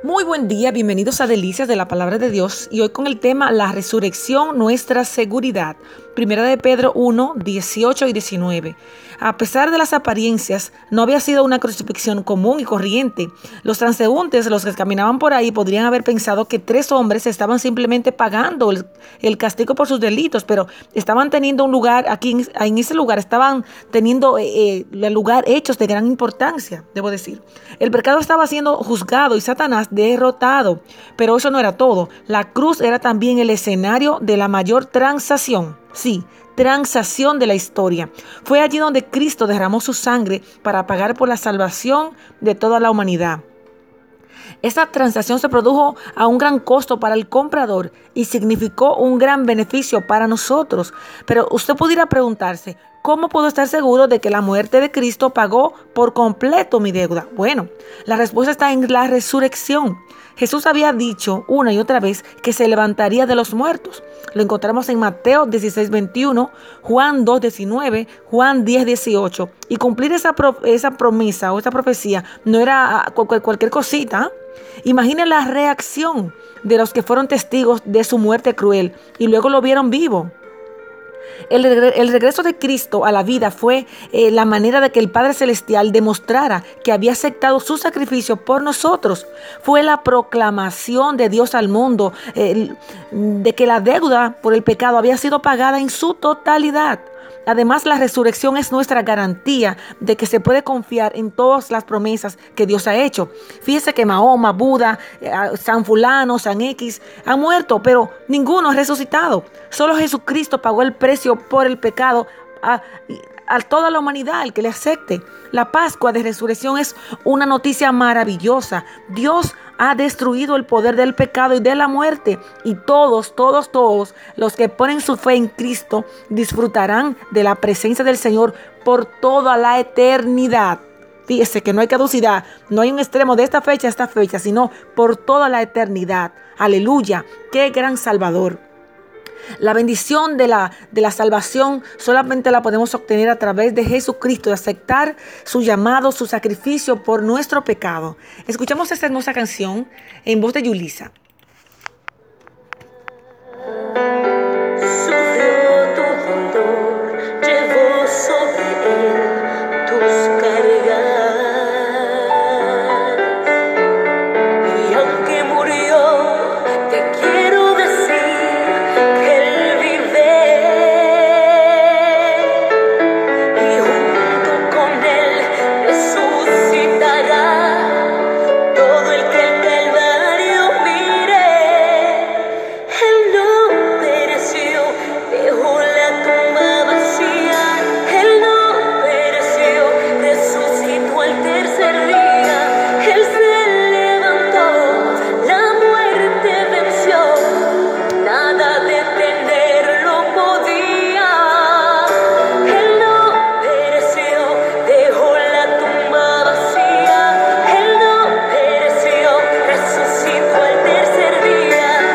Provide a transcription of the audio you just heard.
Muy buen día, bienvenidos a Delicias de la Palabra de Dios y hoy con el tema La resurrección, nuestra seguridad. Primera de Pedro 1, 18 y 19. A pesar de las apariencias, no había sido una crucifixión común y corriente. Los transeúntes, los que caminaban por ahí, podrían haber pensado que 3 hombres estaban simplemente pagando el castigo por sus delitos, pero estaban teniendo un lugar, aquí en ese lugar, estaban teniendo el lugar hechos de gran importancia, debo decir. El pecado estaba siendo juzgado y Satanás derrotado, pero eso no era todo. La cruz era también el escenario de la mayor transacción. Sí, transacción de la historia. Fue allí donde Cristo derramó su sangre para pagar por la salvación de toda la humanidad. Esta transacción se produjo a un gran costo para el comprador y significó un gran beneficio para nosotros. Pero usted pudiera preguntarse, ¿cómo puedo estar seguro de que la muerte de Cristo pagó por completo mi deuda? Bueno, la respuesta está en la resurrección. Jesús había dicho una y otra vez que se levantaría de los muertos. Lo encontramos en Mateo 16, 21, Juan 2, 19, Juan 10, 18. Y cumplir esa promesa o esa profecía no era cualquier cosita. Imagine la reacción de los que fueron testigos de su muerte cruel y luego lo vieron vivo. El regreso de Cristo a la vida fue la manera de que el Padre Celestial demostrara que había aceptado su sacrificio por nosotros. Fue la proclamación de Dios al mundo de que la deuda por el pecado había sido pagada en su totalidad. Además, la resurrección es nuestra garantía de que se puede confiar en todas las promesas que Dios ha hecho. Fíjese que Mahoma, Buda, San Fulano, San X han muerto, pero ninguno ha resucitado. Solo Jesucristo pagó el precio por el pecado a toda la humanidad, el que le acepte. La Pascua de Resurrección es una noticia maravillosa. Dios ha destruido el poder del pecado y de la muerte. Y todos los que ponen su fe en Cristo disfrutarán de la presencia del Señor por toda la eternidad. Fíjese que no hay caducidad, no hay un extremo de esta fecha a esta fecha, sino por toda la eternidad. Aleluya, qué gran Salvador. La bendición de la salvación solamente la podemos obtener a través de Jesucristo, de aceptar su llamado, su sacrificio por nuestro pecado. Escuchamos esta hermosa canción en voz de Yulisa.